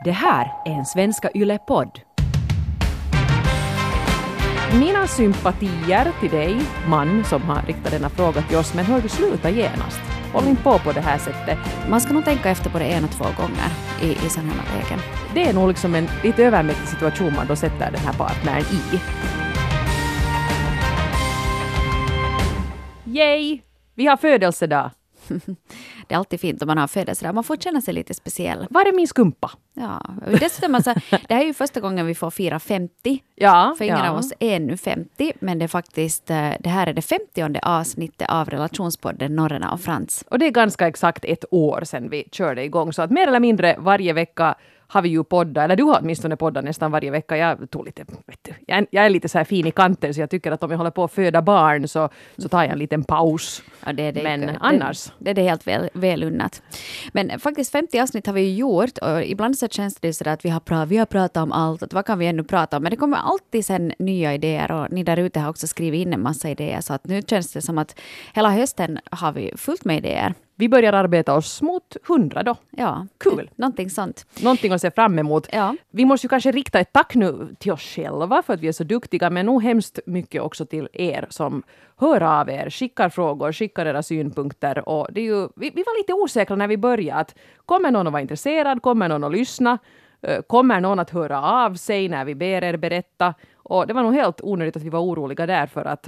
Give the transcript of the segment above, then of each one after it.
Det här är en Svenska Yle-podd. Mina sympatier till dig, man som har riktat denna fråga till oss, men hör du sluta genast. Håll inte på det här sättet. Man ska nog tänka efter på det 1 och 2 gånger i sådana här lägen. Det är nog liksom en lite övermäktig situation man då sätter den här partnern i. Yay! Vi har födelsedag. Det är alltid fint om man har födelsedag. Man får känna sig lite speciell. Var är min skumpa? Ja, dessutom alltså, det här är ju första gången vi får fira 50. Ja, för ingen av oss är nu 50. Men det är faktiskt, det här är det 50:e avsnittet av relationspodden Norrena och Frans. Och det är ganska exakt 1 år sedan vi körde igång. Så att mer eller mindre varje vecka har vi ju poddat, eller du har åtminstone poddat nästan varje vecka. Jag tog lite, jag är lite så här fin i kanten, så jag tycker att om jag håller på att föda barn så tar jag en liten paus. Ja, men annars. Det är helt väl unnat. Men faktiskt 50 avsnitt har vi ju gjort, och ibland så känns det så att vi har pratat om allt, och vad kan vi ännu prata om? Men det kommer alltid sen nya idéer, och ni där ute har också skrivit in en massa idéer, så att nu känns det som att hela hösten har vi fullt med idéer. Vi börjar arbeta oss mot 100 då. Ja, kul. Någonting sånt. Någonting att se fram emot. Ja. Vi måste ju kanske rikta ett tack nu till oss själva för att vi är så duktiga, men nog hemskt mycket också till er som hör av er, skickar frågor, skickar era synpunkter. Och det är ju, vi var lite osäkra när vi började. Att kommer någon att vara intresserad? Kommer någon att lyssna? Kommer någon att höra av sig när vi ber er berätta? Och det var nog helt onödigt att vi var oroliga där, för att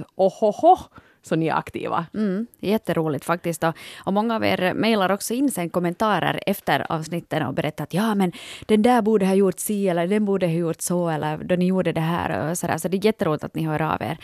så ni är aktiva. Jätteroligt faktiskt. Och många av er mejlar också in sen kommentarer efter avsnitten och berättar att ja, men den där borde ha gjort si, eller den borde ha gjort så, eller då ni gjorde det här och sådär. Så det är jätteroligt att ni hör av er.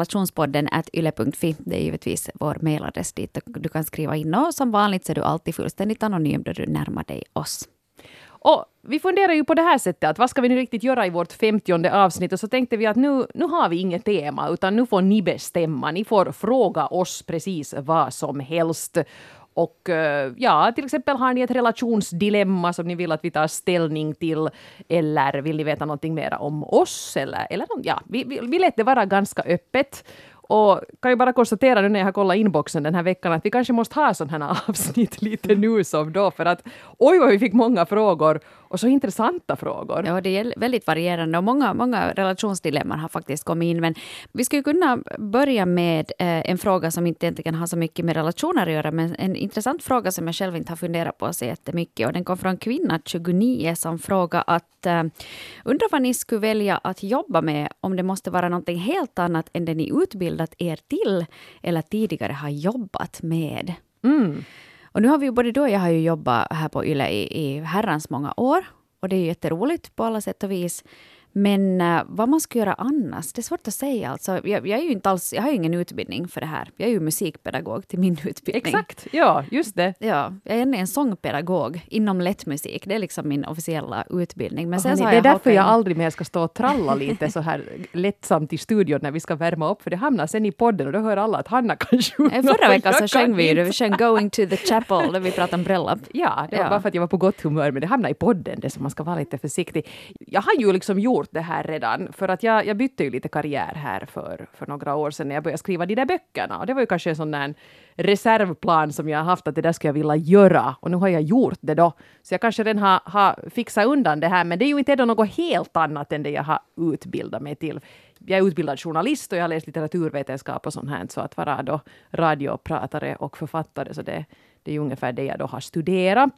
Relationspodden@yle.fi, det är givetvis vår mejladress dit du kan skriva in. Och som vanligt så är du alltid fullständigt anonym då du närmar dig oss. Och vi funderar ju på det här sättet, att vad ska vi nu riktigt göra i vårt 50:e avsnitt? Och så tänkte vi att nu har vi inget tema, utan nu får ni bestämma. Ni får fråga oss precis vad som helst. Och ja, till exempel har ni ett relationsdilemma som ni vill att vi tar ställning till, eller vill ni veta någonting mer om oss? Eller ja, vi lät det vara ganska öppet. Och kan ju bara konstatera nu när jag har kollat inboxen den här veckan att vi kanske måste ha sådana här avsnitt lite nu som då, för att oj vad vi fick många frågor och så intressanta frågor. Ja, det är väldigt varierande och många relationsdilemman har faktiskt kommit in, men vi skulle kunna börja med en fråga som inte egentligen har så mycket med relationer att göra, men en intressant fråga som jag själv inte har funderat på så jättemycket, och den kom från kvinna 29 som frågar att undrar vad ni skulle välja att jobba med om det måste vara någonting helt annat än det ni utbildat er till eller tidigare har jobbat med. Och nu har vi ju både då och jag har ju jobbat här på Yle i herrans många år, och det är jätteroligt på alla sätt och vis. Men vad man ska göra annars, det är svårt att säga. Alltså, jag är ju inte alls, jag har ju ingen utbildning för det här. Jag är ju musikpedagog till min utbildning. Exakt, ja, just det. Ja, jag är en sångpedagog inom lättmusik. Det är liksom min officiella utbildning. Men sen så det är därför jag aldrig mer ska stå och tralla lite så här lättsamt i studion när vi ska värma upp. För det hamnar sen i podden och då hör alla att Hanna kan sjunga. Förra veckan så sjöng vi sjöng Going to the Chapel där vi pratade om bröllop. Ja, det var bara för att jag var på gott humör, men det hamnar i podden, det som man ska vara lite försiktig. Jag har ju liksom gjort det här redan, för att jag bytte ju lite karriär här för några år sedan när jag började skriva de där böckerna, och det var ju kanske en sån där reservplan som jag har haft att det där ska jag vilja göra, och nu har jag gjort det då, så jag kanske redan har fixat undan det här, men det är ju inte något helt annat än det jag har utbildat mig till. Jag är utbildad journalist och jag har läst litteraturvetenskap och sånt här, så att vara då radiopratare och författare, så det är ju ungefär det jag då har studerat.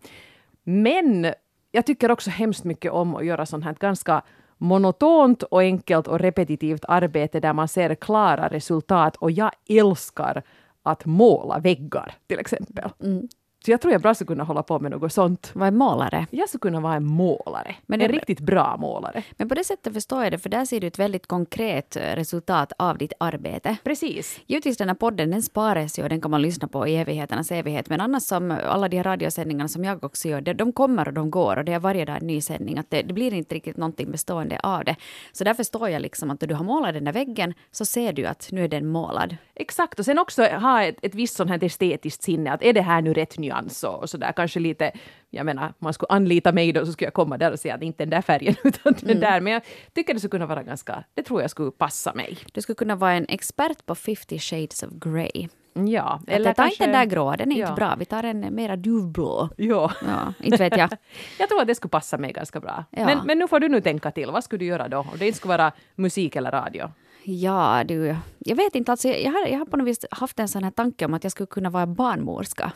Men jag tycker också hemskt mycket om att göra sånt här ganska monotont och enkelt och repetitivt arbete där man ser klara resultat, och jag älskar att måla väggar till exempel. Så jag tror jag bara skulle kunna hålla på med något sånt. Vad är målare? Jag skulle kunna vara en målare. Men en riktigt bra målare. Men på det sättet förstår jag det, för där ser du ett väldigt konkret resultat av ditt arbete. Precis. Givetvis den här podden, den sparas ju och den kan man lyssna på i evigheternas evighet. Men annars som alla de här radiosändningarna som jag också gör, de kommer och de går, och det är varje dag en ny sändning. Att det blir inte riktigt någonting bestående av det. Så därför förstår jag liksom att när du har målat den där väggen så ser du att nu är den målad. Exakt, och sen också ha ett visst sånt här estetiskt sinne, att är det här nu rätt nyans? nyans och sådär. Kanske lite, jag menar, man skulle anlita mig då så skulle jag komma där och säga att inte den där färgen utan den där. Men jag tycker det skulle kunna vara ganska, det tror jag skulle passa mig. Du skulle kunna vara en expert på 50 shades of grey. Ja. Eller ta inte den där grå, den är inte bra. Vi tar en mera duvblå. Ja. Inte vet jag. Jag tror att det skulle passa mig ganska bra. Ja. Men nu får du nu tänka till. Vad skulle du göra då? Om det inte skulle vara musik eller radio. Ja, du. Jag vet inte. Alltså, jag har på något vis haft en sån här tanke om att jag skulle kunna vara barnmorska.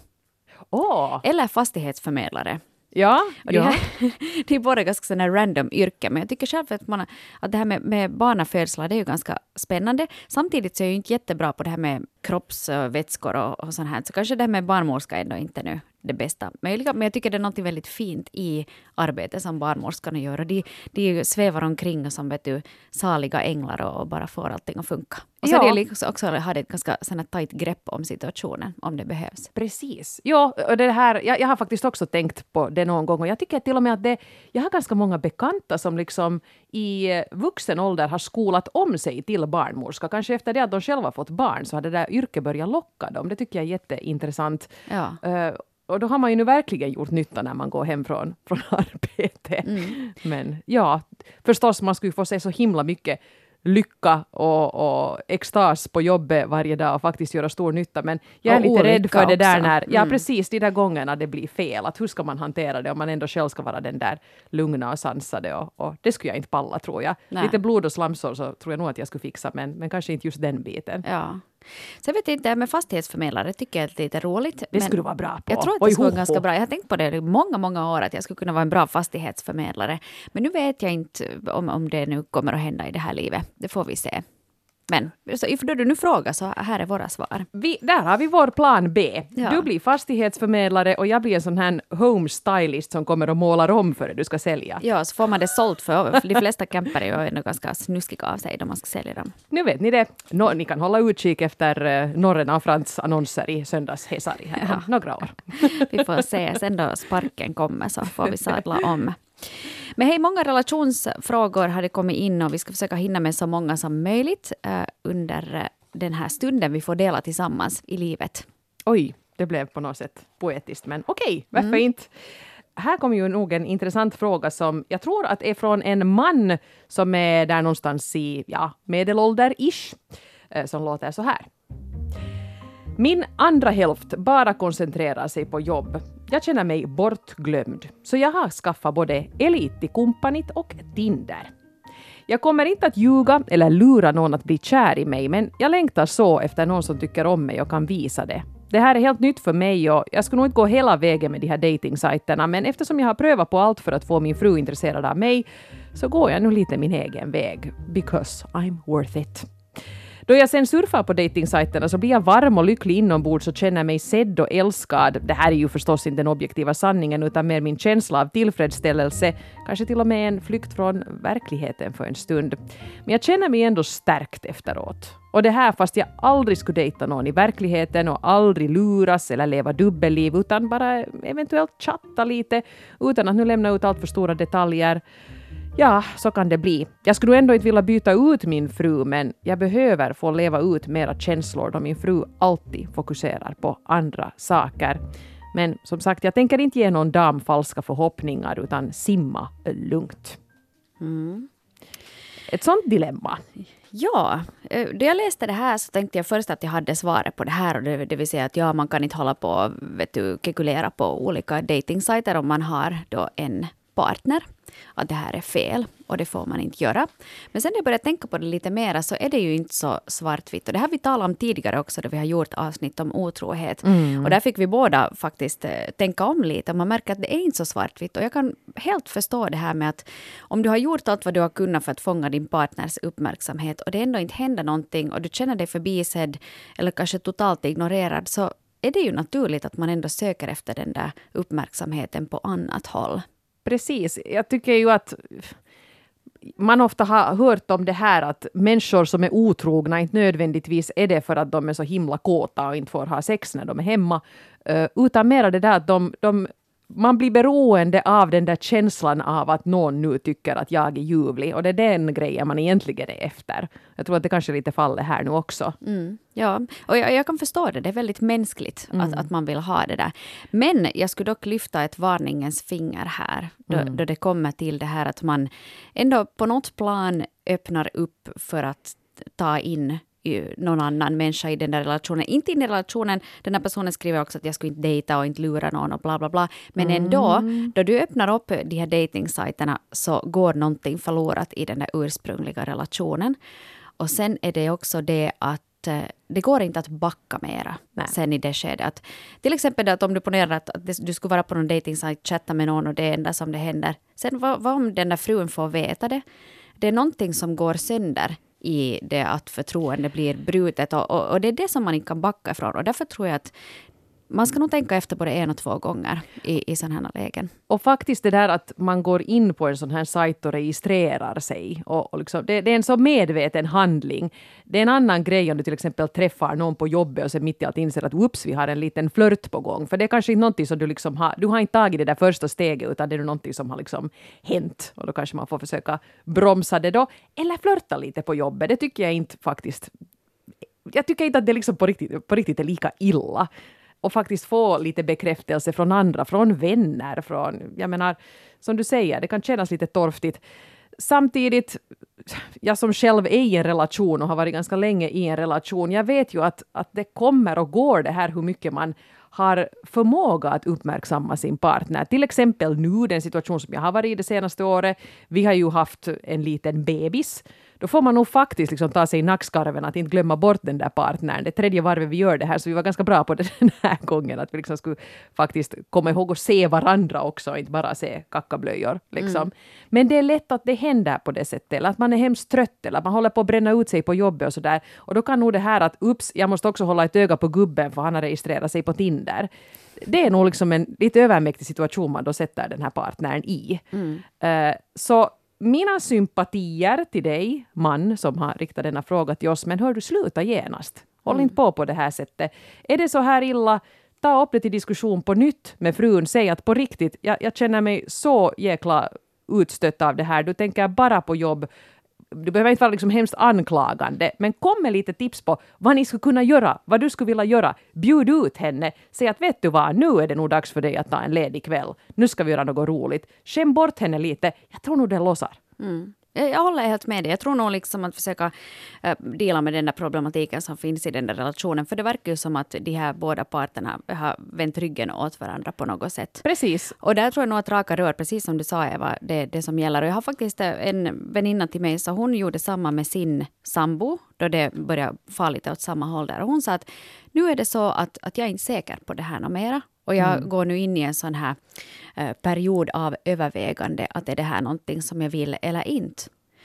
Eller fastighetsförmedlare. Ja, och det är båda ganska sådana random yrken, men jag tycker själv att det här med barnafödslar, det är ju ganska spännande. Samtidigt så är jag ju inte jättebra på det här med kroppsvätskor och sånt här, så kanske det här med barnmorska är ändå inte nu det bästa möjliga, men jag tycker det är något väldigt fint i arbetet som barnmorskarna gör, och de svävar omkring och som vet du, saliga änglar och bara får allting att funka. Och så är det liksom också har ett ganska tajt grepp om situationen, om det behövs. Precis. Ja, och det här, jag har faktiskt också tänkt på det någon gång, och jag tycker till och med att jag har ganska många bekanta som liksom i vuxen ålder har skolat om sig till barnmorska. Kanske efter det att de själva fått barn så har det där yrket börjat locka dem. Det tycker jag är jätteintressant. Ja. Och då har man ju nu verkligen gjort nytta när man går hem från arbete. Men ja, förstås man skulle få se så himla mycket lycka och extas på jobbet varje dag och faktiskt göra stor nytta. Men jag är lite rädd för det där när, ja precis, de där gångerna det blir fel. Att hur ska man hantera det om man ändå själv ska vara den där lugna och sansade och det skulle jag inte palla, tror jag. Nej. Lite blod och slamsår så tror jag nog att jag skulle fixa, men kanske inte just den biten. Ja. Så jag vet inte, med fastighetsförmedlare tycker jag är lite roligt. Det skulle du vara bra på. Jag tror att det skulle vara ganska bra. Jag har tänkt på det i många år att jag skulle kunna vara en bra fastighetsförmedlare. Men nu vet jag inte om det nu kommer att hända i det här livet. Det får vi se. Men så ifall du nu frågar så här är våra svar. Där har vi vår plan B. Ja. Du blir fastighetsförmedlare och jag blir en sån här home stylist som kommer och målar om för det du ska sälja. Ja, så får man det sålt för de flesta camper är ju ändå ganska snuskiga av sig då man ska sälja dem. Nu vet ni det. Ni kan hålla utkik efter Norren av Frans annonser i söndags Hesari här om några år. Vi får se, sen då sparken kommer så får vi sadla om. Men hej, många relationsfrågor har det kommit in och vi ska försöka hinna med så många som möjligt under den här stunden vi får dela tillsammans i livet. Oj, det blev på något sätt poetiskt, men okej, varför inte? Här kommer ju nog en intressant fråga som jag tror att är från en man som är där någonstans i medelålder-ish, som låter så här. Min andra hälft bara koncentrerar sig på jobb. Jag känner mig bortglömd, så jag har skaffat både Elite Kompanit och Tinder. Jag kommer inte att ljuga eller lura någon att bli kär i mig, men jag längtar så efter någon som tycker om mig och kan visa det. Det här är helt nytt för mig och jag skulle nog inte gå hela vägen med de här datingsajterna, men eftersom jag har prövat på allt för att få min fru intresserad av mig så går jag nu lite min egen väg. Because I'm worth it. Då jag sen surfar på datingsajterna så blir jag varm och lycklig inombords och känner mig sedd och älskad. Det här är ju förstås inte den objektiva sanningen utan mer min känsla av tillfredsställelse. Kanske till och med en flykt från verkligheten för en stund. Men jag känner mig ändå stärkt efteråt. Och det här fast jag aldrig skulle dejta någon i verkligheten och aldrig luras eller leva dubbelliv utan bara eventuellt chatta lite utan att nu lämna ut allt för stora detaljer. Ja, så kan det bli. Jag skulle ändå inte vilja byta ut min fru, men jag behöver få leva ut mera känslor då min fru alltid fokuserar på andra saker. Men som sagt, jag tänker inte ge någon dam falska förhoppningar utan simma lugnt. Ett sånt dilemma. Ja, då jag läste det här så tänkte jag först att jag hade svaret på det här. Och det vill säga att man kan inte hålla på och kalkylera på olika datingsajter om man har då en partner. Att det här är fel och det får man inte göra. Men sen när jag började tänka på det lite mer så är det ju inte så svartvitt. Och det har vi talat om tidigare också då vi har gjort avsnitt om otrohet. Och där fick vi båda faktiskt tänka om lite. Och man märker att det är inte så svartvitt. Och jag kan helt förstå det här med att om du har gjort allt vad du har kunnat för att fånga din partners uppmärksamhet och det ändå inte händer någonting och du känner dig förbisedd eller kanske totalt ignorerad så är det ju naturligt att man ändå söker efter den där uppmärksamheten på annat håll. Precis. Jag tycker ju att man ofta har hört om det här att människor som är otrogna inte nödvändigtvis är det för att de är så himla kåta och inte får ha sex när de är hemma. Utan mer det där att de man blir beroende av den där känslan av att någon nu tycker att jag är ljuvlig. Och det är den grejen man egentligen är efter. Jag tror att det kanske lite faller här nu också. Ja, och jag kan förstå det. Det är väldigt mänskligt att man vill ha det där. Men jag skulle dock lyfta ett varningens finger här. Då det kommer till det här att man ändå på något plan öppnar upp för att ta in någon annan människa i den där relationen. Inte i den relationen, den här personen skriver också att jag skulle inte dejta och inte lura någon och bla bla bla. Men ändå, då du öppnar upp de här dejtingsajterna så går någonting förlorat i den där ursprungliga relationen. Och sen är det också det att det går inte att backa mera sen i det skedet. Till exempel att om du ponerar att du skulle vara på någon dejtingsajt, chatta med någon och det är enda som det händer. Sen vad om den där frun får veta det? Det är någonting som går sönder i det att förtroende blir brutet och det är det som man inte kan backa ifrån. Och därför tror jag att man ska nog tänka efter både 1 och 2 gånger i sådana här lägen. Och faktiskt det där att man går in på en sån här sajt och registrerar sig. Och liksom, det är en så medveten handling. Det är en annan grej om du till exempel träffar någon på jobbet och sen mitt i allt inser att vi har en liten flört på gång. För det är kanske inte någonting som du har inte tagit det där första steget utan det är någonting som har liksom hänt. Och då kanske man får försöka bromsa det då. Eller flörta lite på jobbet. Det tycker jag inte faktiskt. Jag tycker inte att det liksom på riktigt är lika illa. Och faktiskt få lite bekräftelse från andra, från vänner, jag menar, som du säger, det kan kännas lite torftigt. Samtidigt, jag som själv är i en relation och har varit ganska länge i en relation, jag vet ju att det kommer och går det här hur mycket man har förmåga att uppmärksamma sin partner. Till exempel nu, den situation som jag har varit i det senaste året, vi har ju haft en liten bebis. Då får man nog faktiskt liksom ta sig i nackskarven att inte glömma bort den där partnern. Det 3:e varvet vi gör det här, så vi var ganska bra på det den här gången. Att vi liksom skulle faktiskt komma ihåg att se varandra också, inte bara se kackablöjor. Liksom. Men det är lätt att det händer på det sättet. Eller att man är hemskt trött eller att man håller på att bränna ut sig på jobbet och sådär. Och då kan nog det här att jag måste också hålla ett öga på gubben för han har registrerat sig på Tinder. Det är nog liksom en lite övermäktig situation man då sätter den här partnern i. Så mina sympatier till dig, man som har riktat denna fråga till oss, men hör du, sluta genast. Håll inte på det här sättet. Är det så här illa, ta upp det till diskussion på nytt med frun. Säg att på riktigt, jag känner mig så jäkla utstött av det här. Du tänker bara på jobb. Du behöver inte vara liksom hemskt anklagande, men kom med lite tips på vad ni skulle kunna göra, vad du skulle vilja göra. Bjud ut henne. Säg att vet du vad, nu är det nog dags för dig att ta en ledig kväll. Nu ska vi göra något roligt. Skäm bort henne lite. Jag tror nog det lossar. Jag håller helt med dig. Jag tror nog liksom att försöka dela med den där problematiken som finns i den där relationen. För det verkar ju som att de här båda parterna har vänt ryggen åt varandra på något sätt. Precis. Och där tror jag nog att raka rör, precis som du sa Eva, det som gäller. Och jag har faktiskt en väninna till mig, så hon gjorde samma med sin sambo då det började falla lite åt samma håll där. Och hon sa att nu är det så att jag är inte säker på det här något mera. Och jag går nu in i en sån här period av övervägande att är det här någonting som jag vill eller inte.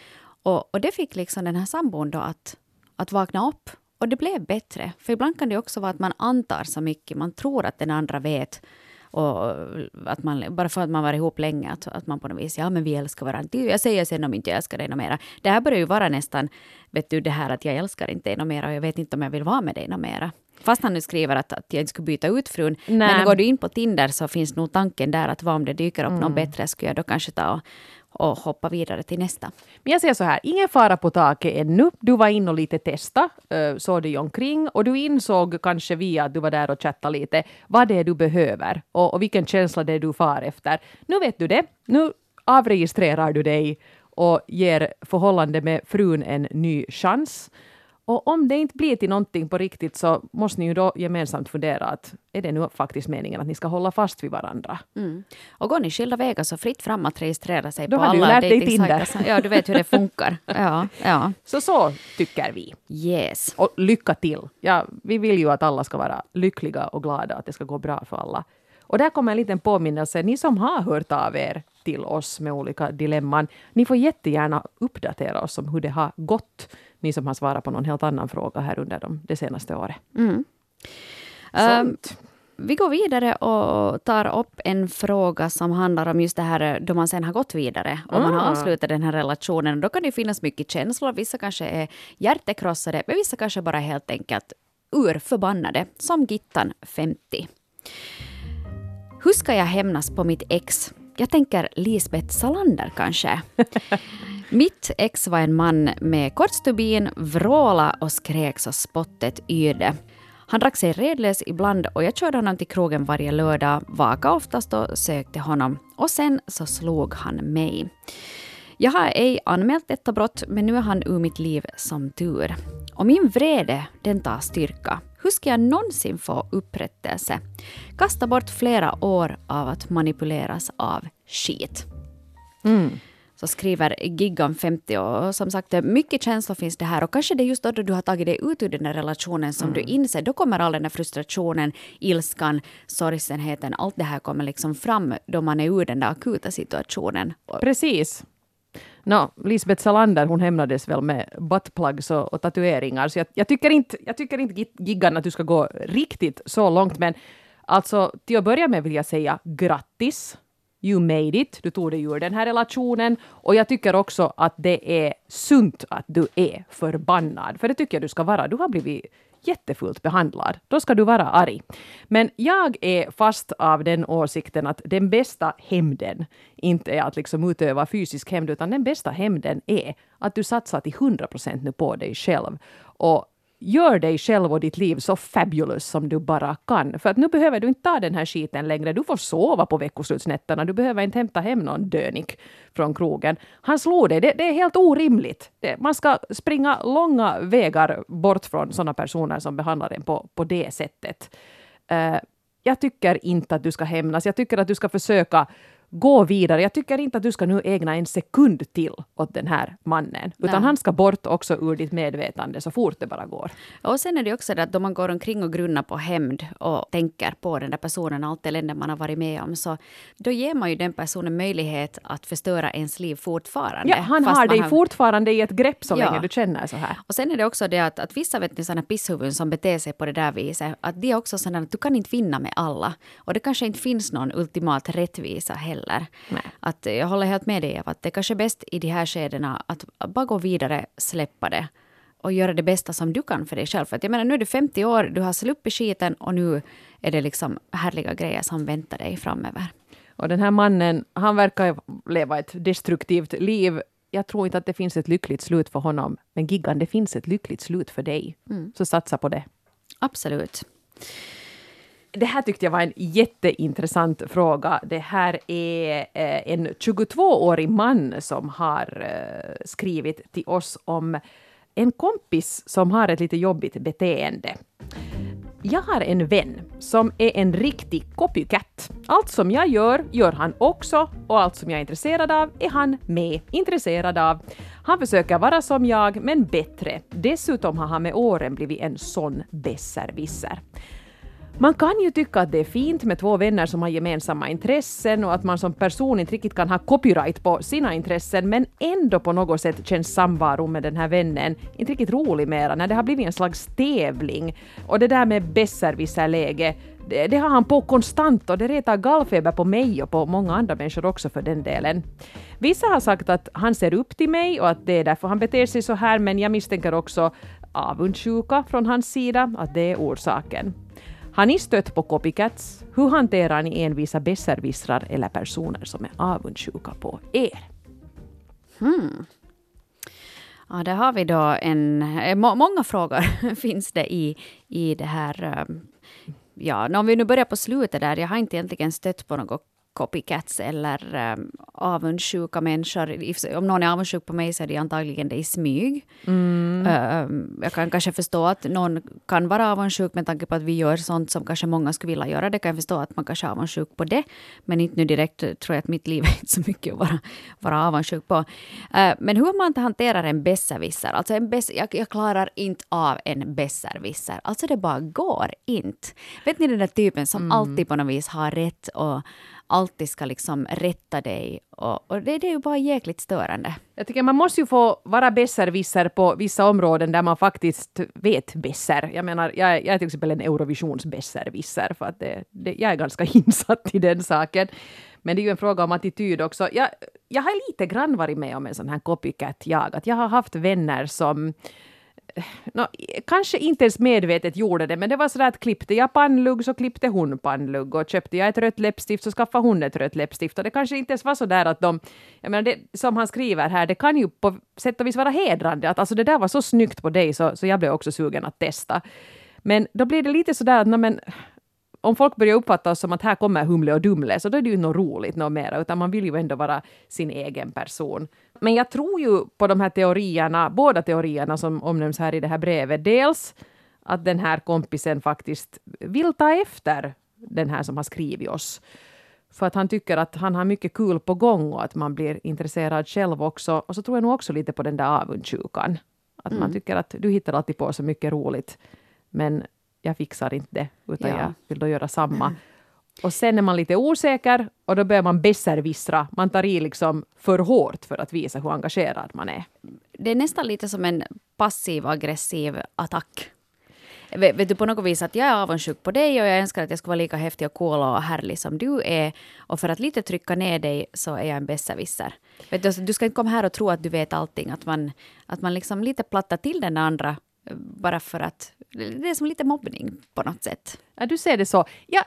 Och det fick liksom den här sambon då att vakna upp. Och det blev bättre. För ibland kan det också vara att man antar så mycket. Man tror att den andra vet. Och att man, bara för att man var ihop länge, att man på något vis, ja men vi älskar varandra. Jag säger sen om inte jag älskar dig något mera. Det här börjar ju vara nästan, vet du, det här att jag älskar inte dig något mera och jag vet inte om jag vill vara med dig något mera. Fast han nu skriver att jag inte skulle byta ut frun. Nej. Men går du in på Tinder så finns nog tanken där att vad om det dyker upp någon bättre, skulle jag då kanske ta och hoppa vidare till nästa. Men jag säger så här, ingen fara på taket ännu. Du var in och lite testa, såg dig omkring och du insåg kanske via att du var där och chattade lite vad det är du behöver och vilken känsla det är du far efter. Nu vet du det. Nu avregistrerar du dig och ger förhållande med frun en ny chans. Och om det inte blir till någonting på riktigt så måste ni ju då gemensamt fundera att är det nu faktiskt meningen att ni ska hålla fast vid varandra? Och går ni skilda vägar så fritt fram att registrera sig då på alla alla dating-sajter. Då har du lärt dig Tinder. Ja, du vet hur det funkar. Ja. Så tycker vi. Yes. Och lycka till. Ja, vi vill ju att alla ska vara lyckliga och glada, att det ska gå bra för alla. Och där kommer en liten påminnelse. Ni som har hört av er till oss med olika dilemman, ni får jättegärna uppdatera oss om hur det har gått. Ni som har svarat på någon helt annan fråga här under det senaste året. Vi går vidare och tar upp en fråga som handlar om just det här då man sen har gått vidare. Och man har avslutat den här relationen. Då kan det finnas mycket känslor. Vissa kanske är hjärtekrossade, men vissa kanske bara helt enkelt urförbannade. Som Gittan 50. Hur ska jag hämnas på mitt ex? Jag tänker Lisbeth Salander kanske. Mitt ex var en man med kort stubin, vråla och skrek så spottet yrde. Han drack sig redlös ibland och jag körde honom till krogen varje lördag, vaka oftast och sökte honom. Och sen så slog han mig. Jag har ej anmält detta brott, men nu är han ur mitt liv som tur. Och min vrede, den tar styrka. Hur ska jag någonsin få upprättelse? Kasta bort flera år av att manipuleras av skit. Så skriver Giggan 50 och som sagt, mycket känslor finns det här och kanske det är just då du har tagit dig ut ur den där relationen som du inser, då kommer all den där frustrationen, ilskan, sorgsenheten, allt det här kommer liksom fram då man är ur den där akuta situationen. Precis. Lisbeth Salander, hon hämnades väl med buttplugs och tatueringar, så jag tycker inte Giggan att du ska gå riktigt så långt, men alltså till att börja med vill jag säga grattis. You made it. Du tog dig ur den här relationen. Och jag tycker också att det är sunt att du är förbannad. För det tycker jag du ska vara. Du har blivit jättefullt behandlad. Då ska du vara arg. Men jag är fast av den åsikten att den bästa hämnden inte är att liksom utöva fysisk hämnd, utan den bästa hämnden är att du satsar till 100% nu på dig själv. Och gör dig själv och ditt liv så fabulous som du bara kan. För att nu behöver du inte ta den här skiten längre. Du får sova på veckoslutsnätterna. Du behöver inte hämta hem någon dönik från krogen. Han slog dig. Det är helt orimligt. Man ska springa långa vägar bort från sådana personer som behandlar en på det sättet. Jag tycker inte att du ska hämnas. Jag tycker att du ska försöka gå vidare. Jag tycker inte att du ska nu ägna en sekund till åt den här mannen. Utan han ska bort också ur ditt medvetande så fort det bara går. Och sen är det också det att då man går omkring och grunnar på hämnd och tänker på den där personen, allt elände man har varit med om, så då ger man ju den personen möjlighet att förstöra ens liv fortfarande. Ja, han har dig fortfarande i ett grepp så länge du känner så här. Och sen är det också det att vissa vet ni sådana pisshuvuden som beter sig på det där viset, att det är också sådana att du kan inte vinna med alla. Och det kanske inte finns någon ultimat rättvisa heller. Att jag håller helt med dig att det är kanske bäst i de här skedena att bara gå vidare, släppa det och göra det bästa som du kan för dig själv. För att jag menar, nu är du 50 år, du har sluppit skiten och nu är det liksom härliga grejer som väntar dig framöver. Och den här mannen, han verkar leva ett destruktivt liv. Jag tror inte att det finns ett lyckligt slut för honom. Men Giggan, det finns ett lyckligt slut för dig. Så satsa på det. Absolut. Det här tyckte jag var en jätteintressant fråga. Det här är en 22-årig man som har skrivit till oss om en kompis som har ett lite jobbigt beteende. Jag har en vän som är en riktig copycat. Allt som jag gör han också, och allt som jag är intresserad av är han med intresserad av. Han försöker vara som jag, men bättre. Dessutom har han med åren blivit en sån besserwisser. Man kan ju tycka att det är fint med två vänner som har gemensamma intressen och att man som person inte riktigt kan ha copyright på sina intressen, men ändå på något sätt känns samvaro med den här vännen inte riktigt rolig mera när det har blivit en slags tävling. Och det där med besserwisserläge, det har han på konstant och det retar gallfeber på mig och på många andra människor också för den delen. Vissa har sagt att han ser upp till mig och att det är därför han beter sig så här, men jag misstänker också avundsjuka från hans sida, att det är orsaken. Har ni stött på copycats? Hur hanterar ni envisa besserwissrar eller personer som är avundsjuka på er? Ja, där har vi då många frågor finns det i det här. Ja, om vi nu börjar på slutet där. Jag har inte egentligen stött på något copycats eller avundsjuka människor. Om någon är avundsjuk på mig så är det antagligen det i smyg. Jag kan kanske förstå att någon kan vara avundsjuk med tanke på att vi gör sånt som kanske många skulle vilja göra. Det kan jag förstå att man kanske är avundsjuk på det. Men inte nu direkt tror jag att mitt liv är inte så mycket att vara avundsjuk på. Men hur man hanterar en besserwisser. Alltså jag klarar inte av en besserwisser. Alltså det bara går inte. Vet ni den där typen som alltid på något vis har rätt och alltid ska liksom rätta dig. Och det är ju bara jäkligt störande. Jag tycker man måste ju få vara besserwisser på vissa områden där man faktiskt vet besser. Jag menar, jag är till exempel en Eurovisionsbesserwisser för att jag är ganska insatt i den saken. Men det är ju en fråga om attityd också. Jag har lite grann varit med om en sån här copycat-jag. Att jag har haft vänner som kanske inte ens medvetet gjorde det, men det var så där att klippte jag pannlugg så klippte hon pannlugg, och köpte jag ett rött läppstift så skaffade hon ett rött läppstift, och det kanske inte ens var så där att jag menar det som han skriver här, det kan ju på sätt och vis vara hedrande att alltså det där var så snyggt på dig så jag blev också sugen att testa. Men då blir det lite så där att om folk börjar uppfatta oss som att här kommer Humle och Dumle, så då är det ju något roligt något mer, utan man vill ju ändå vara sin egen person. Men jag tror ju på de här teorierna, båda teorierna som omnämns här i det här brevet. Dels att den här kompisen faktiskt vill ta efter den här som har skrivit oss. För att han tycker att han har mycket kul på gång och att man blir intresserad själv också. Och så tror jag nog också lite på den där avundsjukan. Att man tycker att du hittar alltid på så mycket roligt, men jag fixar inte det, utan jag vill då göra samma. Och sen är man lite osäker och då börjar man besserwissra. Man tar i liksom för hårt för att visa hur engagerad man är. Det är nästan lite som en passiv-aggressiv attack. Vet du på något vis att jag är avundsjuk på dig och jag önskar att jag ska vara lika häftig och cool och härlig som du är. Och för att lite trycka ner dig så är jag en besserwisser. Vet du ska inte komma här och tro att du vet allting. Att man liksom lite plattar till den andra bara för att det är som lite mobbning på något sätt. Ja, du ser det så.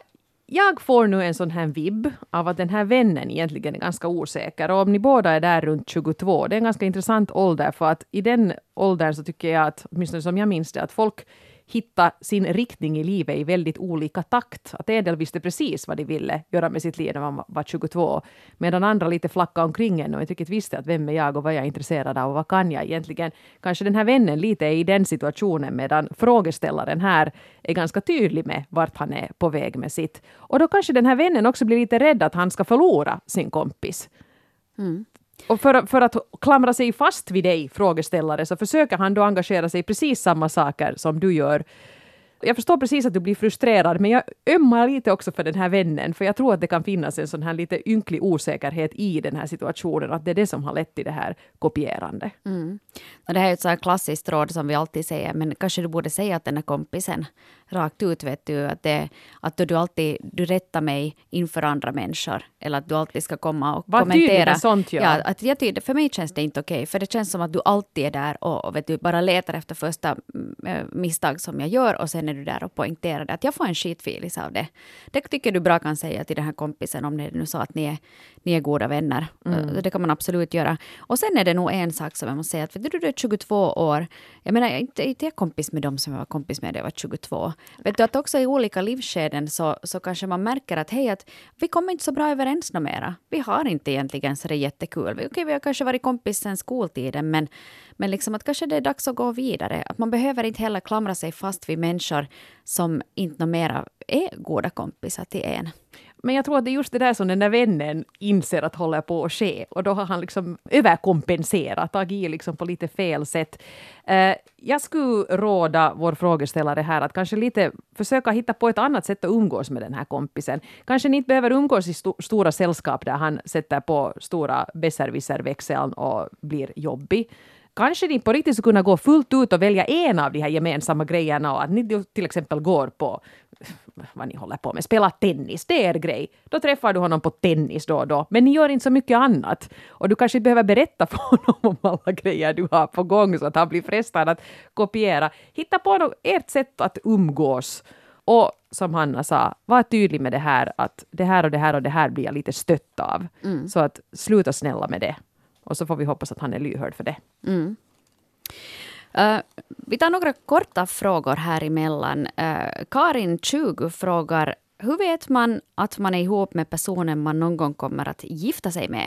Jag får nu en sån här vibb av att den här vännen egentligen är ganska osäker. Och om ni båda är där runt 22, det är en ganska intressant ålder, för att i den åldern så tycker jag att, åtminstone som jag minns det, att folk hitta sin riktning i livet i väldigt olika takt. Att en del visste precis vad de ville göra med sitt liv när man var 22. Medan andra lite flackade omkring en och inte riktigt visste att vem är jag och vad jag är intresserad av och vad kan jag egentligen. Kanske den här vännen lite är i den situationen, medan frågeställaren här är ganska tydlig med vart han är på väg med sitt. Och då kanske den här vännen också blir lite rädd att han ska förlora sin kompis. Mm. Och för att klamra sig fast vid dig, frågeställare, så försöker han då engagera sig i precis samma saker som du gör. Jag förstår precis att du blir frustrerad, men jag ömmar lite också för den här vännen, för jag tror att det kan finnas en sån här lite ynklig osäkerhet i den här situationen, att det är det som har lett till det här kopierande. Mm. Och det här är ett så här klassiskt råd som vi alltid säger, men kanske du borde säga att den här kompisen rakt ut, vet du, att du rättar mig inför andra människor, eller att du alltid ska komma och kommentera. Sånt, ja, att för mig känns det inte okej, för det känns som att du alltid är där och vet du, bara letar efter första misstag som jag gör, och sen är du där och poängterar det. Att jag får en skitfilis av det. Det tycker du bra kan säga till den här kompisen, om det är nu så att ni är goda vänner. Det kan man absolut göra. Och sen är det nog en sak som jag måste säga, att vet du är 22 år. Jag menar, inte jag kompis med dem som jag var kompis med när jag var 22. Vet du att också i olika livsskeden så kanske man märker att hej, att vi kommer inte så bra överens något mera. Vi har inte egentligen så det är jättekul. Okej, vi har kanske varit kompis sen skoltiden, men liksom att kanske det är dags att gå vidare. Att man behöver inte heller klamra sig fast vid människor som inte mera är goda kompisar till en. Men jag tror att det är just det där som den där vännen inser att håller på att ske. Och då har han liksom överkompenserat, tagit liksom på lite fel sätt. Jag skulle råda vår frågeställare här att kanske lite försöka hitta på ett annat sätt att umgås med den här kompisen. Kanske ni inte behöver umgås i stora sällskap där han sätter på stora besserwisserväxeln och blir jobbig. Kanske ni på riktigt skulle kunna gå fullt ut och välja en av de här gemensamma grejerna, och att ni till exempel går på vad ni håller på med, spela tennis, det är er grej. Då träffar du honom på tennis då och då, men ni gör inte så mycket annat. Och du kanske inte behöver berätta för honom om alla grejer du har på gång så att han blir frestad att kopiera. Hitta på ert sätt att umgås. Och som Hanna sa, var tydlig med det här, att det här och det här och det här blir jag lite stött av. Så att sluta snälla med det. Och så får vi hoppas att han är lyhörd för det. Mm. Vi tar några korta frågor här emellan. Karin 20 frågar, hur vet man att man är ihop med personen man någon gång kommer att gifta sig med?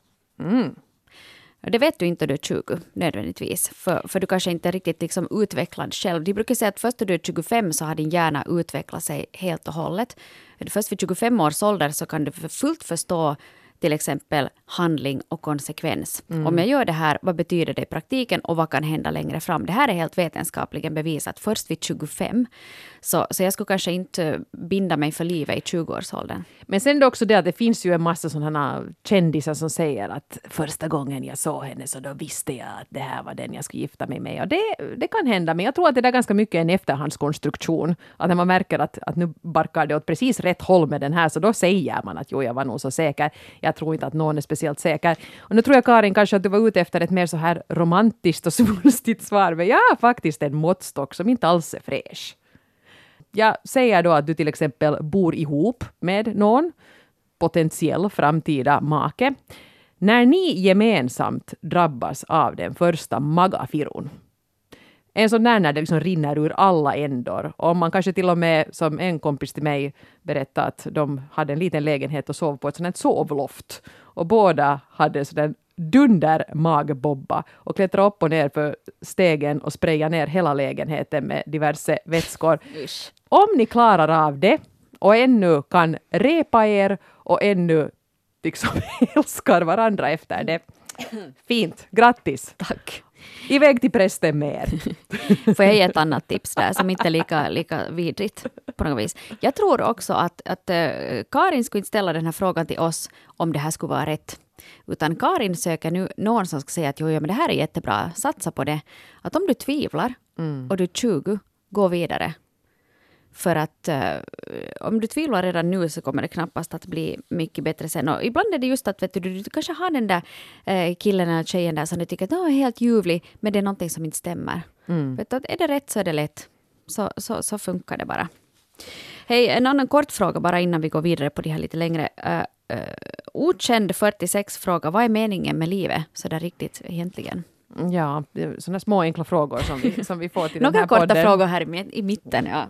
Det vet du inte då du är 20 nödvändigtvis. För du kanske inte är riktigt liksom utvecklad själv. De brukar säga att först när du är 25 så har din hjärna utvecklat sig helt och hållet. Först vid 25 års ålder så kan du fullt förstå till exempel handling och konsekvens. Om jag gör det här, vad betyder det i praktiken och vad kan hända längre fram? Det här är helt vetenskapligen bevisat först vid 25. Så jag skulle kanske inte binda mig för livet i 20-årsåldern. Men sen är det också det att det finns ju en massa sådana kändisar som säger att första gången jag såg henne så då visste jag att det här var den jag skulle gifta mig med. Och det kan hända, men jag tror att det är ganska mycket en efterhandskonstruktion. Att när man märker att nu barkar det åt precis rätt håll med den här, så då säger man att jo, jag var nog så säker. jag tror inte att någon är speciellt säker. Och nu tror jag, Karin, kanske att du var ute efter ett mer så här romantiskt och svulstigt svar. Men jag har faktiskt en måttstock som inte alls är fräsch. Jag säger då att du till exempel bor ihop med någon potentiell framtida make. När ni gemensamt drabbas av den första magafirron. En sån där när det liksom rinner ur alla ändor. Och man kanske till och med, som en kompis till mig berättade, att de hade en liten lägenhet och sov på ett sånt här sovloft. Och båda hade sån dunder magbobba och klättra upp och ner för stegen och spraya ner hela lägenheten med diverse vätskor. Om ni klarar av det och ännu kan repa er och ännu liksom älskar varandra efter det. Fint, grattis. Tack. Iväg till prästen med er. Får jag ge ett annat tips där som inte är lika vidrigt på något vis. Jag tror också att Karin skulle inte ställa den här frågan till oss om det här skulle vara rätt. Utan Karin söker nu någon som ska säga att jo, men det här är jättebra, satsa på det. Att om du tvivlar och du är 20, gå vidare. För att om du tvivlar redan nu så kommer det knappast att bli mycket bättre sen. Och ibland är det just att du kanske har den där killen eller tjejen där som du tycker att är helt ljuvlig, men det är någonting som inte stämmer. Vet du, att är det rätt så är det lätt. Så funkar det bara. Hej, en annan kort fråga bara innan vi går vidare på det här lite längre. Okänd 46 fråga, vad är meningen med livet? Så där riktigt egentligen. Ja, sådana små enkla frågor som vi får till den här podden. Några korta frågor här i mitten, ja.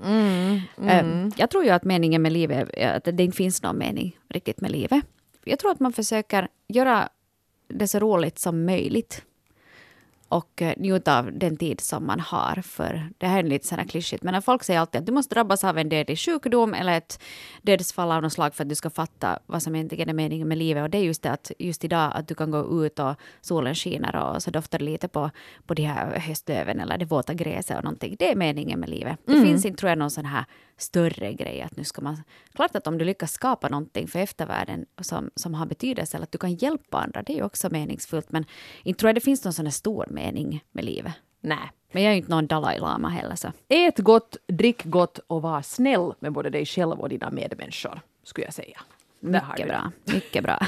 Jag tror ju att meningen med livet, att det inte finns någon mening riktigt med livet. Jag tror att man försöker göra det så roligt som möjligt. Och njuta av den tid som man har. För det här är lite sådär klyschigt. Men när folk säger alltid att du måste drabbas av en dödlig sjukdom eller ett dödsfall av något slag för att du ska fatta vad som egentligen är meningen med livet. Och det är just det att just idag att du kan gå ut och solen skiner och så doftar det lite på de här höstlöven eller det våta gräset och någonting. Det är meningen med livet. Det finns inte, tror jag, någon sån här större grej att nu ska man... Klart att om du lyckas skapa någonting för eftervärlden som har betydelse eller att du kan hjälpa andra, det är ju också meningsfullt. Men inte tror jag det finns någon sån här stor mening med livet. Nej. Men jag är ju inte någon Dalai Lama heller. Så. Ät gott, drick gott och var snäll med både dig själv och dina medmänniskor, skulle jag säga. Mycket bra, mycket bra.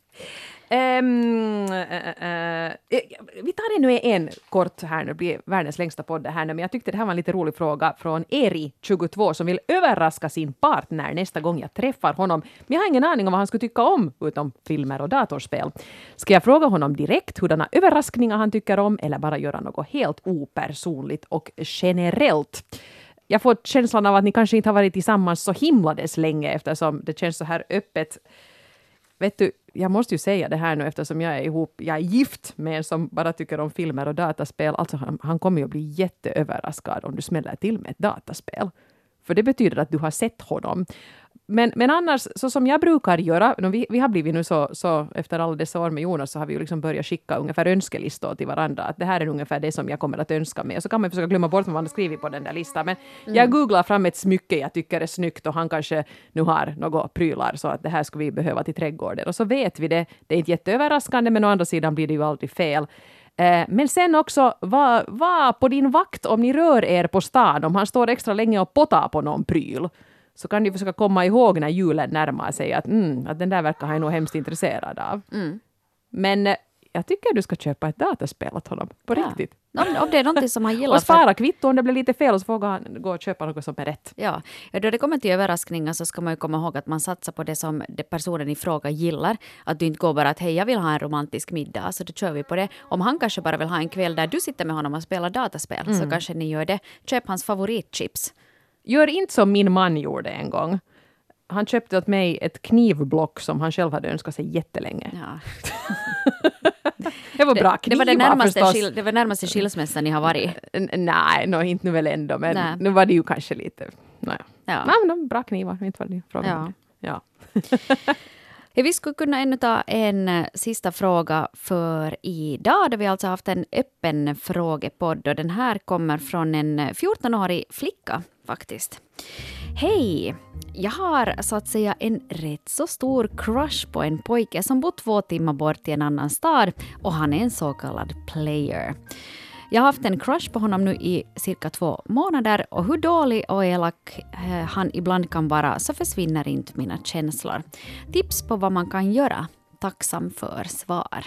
Vi tar ännu en kort här nu, det blir världens längsta podd här nu, men jag tyckte det här var en lite rolig fråga från Eri, 22, som vill överraska sin partner nästa gång jag träffar honom. Men jag har ingen aning om vad han skulle tycka om, utom filmer och datorspel. Ska jag fråga honom direkt hurdana överraskningar han tycker om, eller bara göra något helt opersonligt och generellt? Jag får känslan av att ni kanske inte har varit tillsammans så himlades länge, eftersom det känns så här öppet. Vet du, jag måste ju säga det här nu eftersom jag är gift med en som bara tycker om filmer och dataspel. Alltså han kommer ju att bli jätteöverraskad om du smäller till med ett dataspel. För det betyder att du har sett honom. Men annars, så som jag brukar göra, vi har blivit nu så efter alla dessa år med Jonas så har vi ju liksom börjat skicka ungefär önskelistor till varandra. Att det här är ungefär det som jag kommer att önska mig. Och så kan man försöka glömma bort vad man har skrivit på den där listan. Men jag googlar fram ett smycke jag tycker är snyggt och han kanske nu har några prylar så att det här skulle vi behöva till trädgården. Och så vet vi det. Det är inte jätteöverraskande, men å andra sidan blir det ju aldrig fel. Men sen också, var på din vakt om ni rör er på stan. Om han står extra länge och potar på någon pryl. Så kan du försöka komma ihåg när julen närmar sig att den där verkar han nog hemskt intresserad av. Men jag tycker du ska köpa ett dataspel åt honom. På riktigt. Om det är någonting som han gillar. Och spara kvitto om det blir lite fel och så får han gå och köpa något som är rätt. Ja, då det kommer till överraskningar så ska man ju komma ihåg att man satsar på det som personen i fråga gillar. Att du inte går bara att hej, jag vill ha en romantisk middag, så då kör vi på det. Om han kanske bara vill ha en kväll där du sitter med honom och spelar dataspel så kanske ni gör det. Köp hans favoritchips. Gör inte som min man gjorde en gång. Han köpte åt mig ett knivblock som han själv hade önskat sig jättelänge. Ja. Det var bra knivar förstås. Det var närmaste skilsmässan ni har varit. Nej, inte nu väl ändå. Men nu var det ju kanske lite... Nej, men bra knivar. Inte var det frågan. Ja. Vi skulle kunna ännu ta en sista fråga för idag. Där vi alltså haft en öppen frågepodd. Och den här kommer från en 14-årig flicka faktiskt. Hej! Jag har så att säga en rätt så stor crush på en pojke som bor 2 timmar bort i en annan stad och han är en så kallad player. Jag har haft en crush på honom nu i cirka 2 månader och hur dålig och elak han ibland kan vara så försvinner inte mina känslor. Tips på vad man kan göra. tacksam för svar.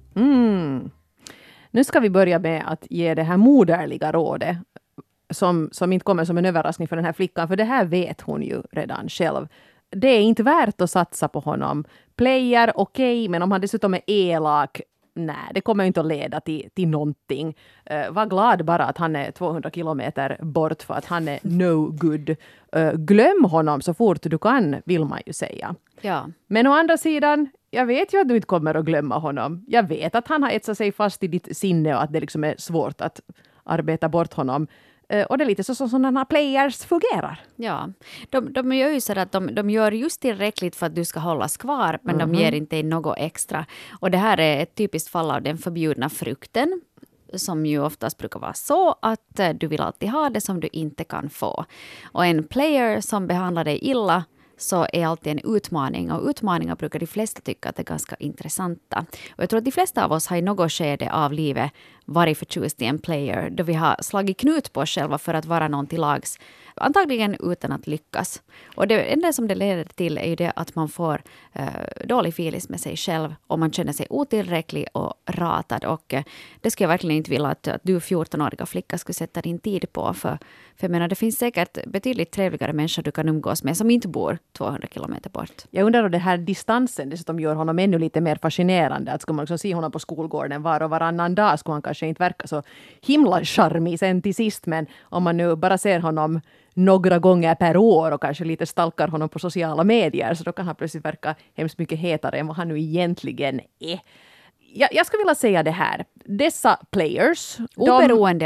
Nu ska vi börja med att ge det här moderliga rådet som inte kommer som en överraskning för den här flickan, för det här vet hon ju redan själv. Det är inte värt att satsa på honom. Player, okej, men om han dessutom är elak, nej, det kommer inte att leda till någonting. Var glad bara att han är 200 kilometer bort för att han är no good. Glöm honom så fort du kan, vill man ju säga. Ja. Men å andra sidan, jag vet ju att du inte kommer att glömma honom. Jag vet att han har etsat sig fast i ditt sinne och att det liksom är svårt att arbeta bort honom. Och det är lite så som sådana players fungerar. Ja, de gör ju så att de gör just tillräckligt för att du ska hållas kvar, men de ger inte något extra. Och det här är ett typiskt fall av den förbjudna frukten, som ju oftast brukar vara så att du vill alltid ha det som du inte kan få. Och en player som behandlar dig illa så är alltid en utmaning. Och utmaningar brukar de flesta tycka att är ganska intressanta. Och jag tror att de flesta av oss har i något skede av livet varit förtjust i en player då vi har slagit knut på oss själva för att vara någon till lags. Antagligen utan att lyckas. Och det enda som det leder till är ju det att man får dålig feeling med sig själv och man känner sig otillräcklig och ratad. Och det skulle jag verkligen inte vilja att du 14-åriga flicka skulle sätta din tid på. För jag menar, det finns säkert betydligt trevligare människor du kan umgås med som inte bor 200 kilometer bort. Jag undrar om det här distansen dessutom gör honom ännu lite mer fascinerande. Att ska man liksom se honom på skolgården var och varannan dag skulle han kanske inte verka så himla charmig sen till sist. Men om man nu bara ser honom några gånger per år och kanske lite stalkar honom på sociala medier, så då kan han plötsligt verka hemskt mycket hetare än vad han nu egentligen är. Jag skulle vilja säga det här. Dessa players, oberoende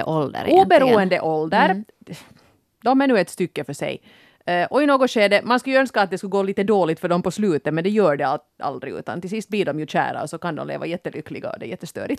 ålder, de är nu ett stycke för sig. Och i något skede, man skulle ju önska att det skulle gå lite dåligt för dem på slutet, men det gör det aldrig, utan till sist blir de ju kära och så kan de leva jättelyckliga och det är jättestörigt.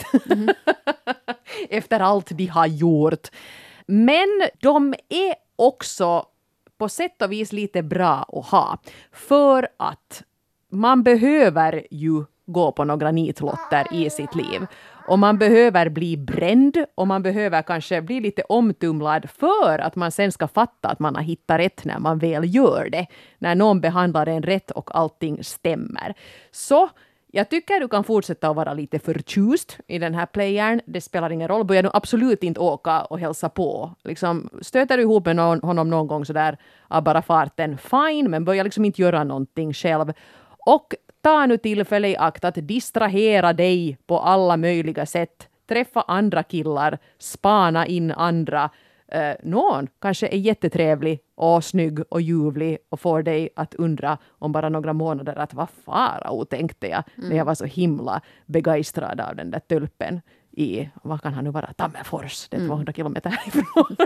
Efter allt de har gjort. Men de är också på sätt och vis lite bra att ha. För att man behöver ju gå på några nitlotter i sitt liv. Och man behöver bli bränd och man behöver kanske bli lite omtumlad för att man sen ska fatta att man har hittat rätt när man väl gör det. När någon behandlar en rätt och allting stämmer. Så jag tycker du kan fortsätta att vara lite förtjust i den här playern. Det spelar ingen roll. Börjar du absolut inte åka och hälsa på. Liksom, stöter du ihop med honom någon gång sådär av bara farten, fine. Men börja liksom inte göra någonting själv. Och ta nu tillfälle i akt att distrahera dig på alla möjliga sätt. Träffa andra killar. Spana in andra. Någon kanske är jättetrevlig och snygg och ljuvlig och får dig att undra om bara några månader att vad farao tänkte jag när jag var så himla begeistrad av den där tölpen i, vad kan han nu vara, Tammerfors, det är 200 kilometer härifrån.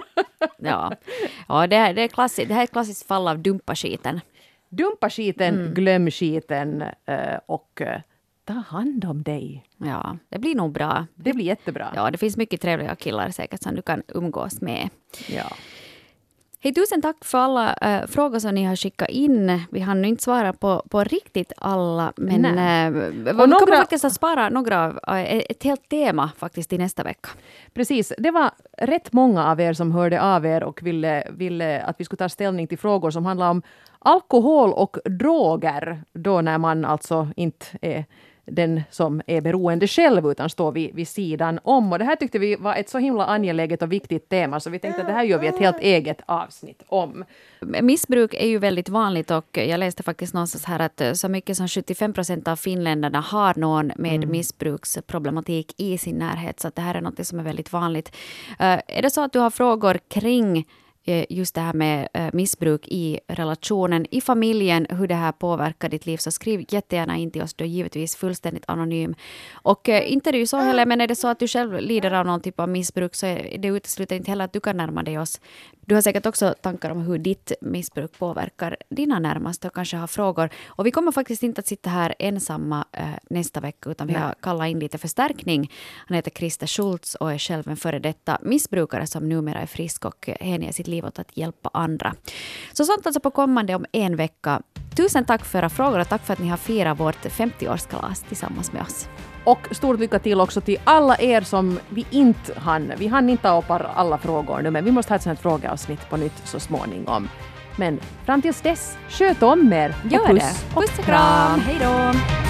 Ja, det här är ett klassiskt fall av dumpa skiten. Dumpa skiten, glöm skiten och ta hand om dig. Ja, det blir nog bra. Det blir jättebra. Ja, det finns mycket trevliga killar säkert som du kan umgås med. Ja. Hej, tusen tack för alla frågor som ni har skickat in. Vi har nu inte svarat på riktigt alla, men vi kommer faktiskt att spara några, ett helt tema faktiskt i nästa vecka. Precis, det var rätt många av er som hörde av er och ville att vi skulle ta ställning till frågor som handlar om alkohol och droger, då när man alltså inte är den som är beroende själv utan står vid sidan om. Och det här tyckte vi var ett så himla angeläget och viktigt tema så vi tänkte att det här gör vi ett helt eget avsnitt om. Missbruk är ju väldigt vanligt och jag läste faktiskt någonstans här att så mycket som 75% av finländarna har någon med missbruksproblematik i sin närhet, så att det här är något som är väldigt vanligt. Är det så att du har frågor kring just det här med missbruk i relationen, i familjen, hur det här påverkar ditt liv, så skriv jättegärna in till oss. Du är givetvis fullständigt anonym. Och inte är det ju så heller, men är det så att du själv lider av någon typ av missbruk så är det utesluter inte heller att du kan närma dig oss. Du har säkert också tankar om hur ditt missbruk påverkar dina närmaste och kanske har frågor. Och vi kommer faktiskt inte att sitta här ensamma nästa vecka, utan vi har kallat in lite förstärkning. Han heter Christer Schultz och är själv en före detta missbrukare som numera är frisk och hänger sitt liv åt att hjälpa andra. Så sånt alltså på kommande om en vecka. Tusen tack för era frågor och tack för att ni har firat vårt 50-årskalas tillsammans med oss. Och stort lycka till också till alla er som vi inte hann. Vi hann inte ta upp alla frågor nu, men vi måste ha ett sånt frågeavsnitt på nytt så småningom. Men fram tills dess, sköt om er. Gör det. Puss och kram. Hej då.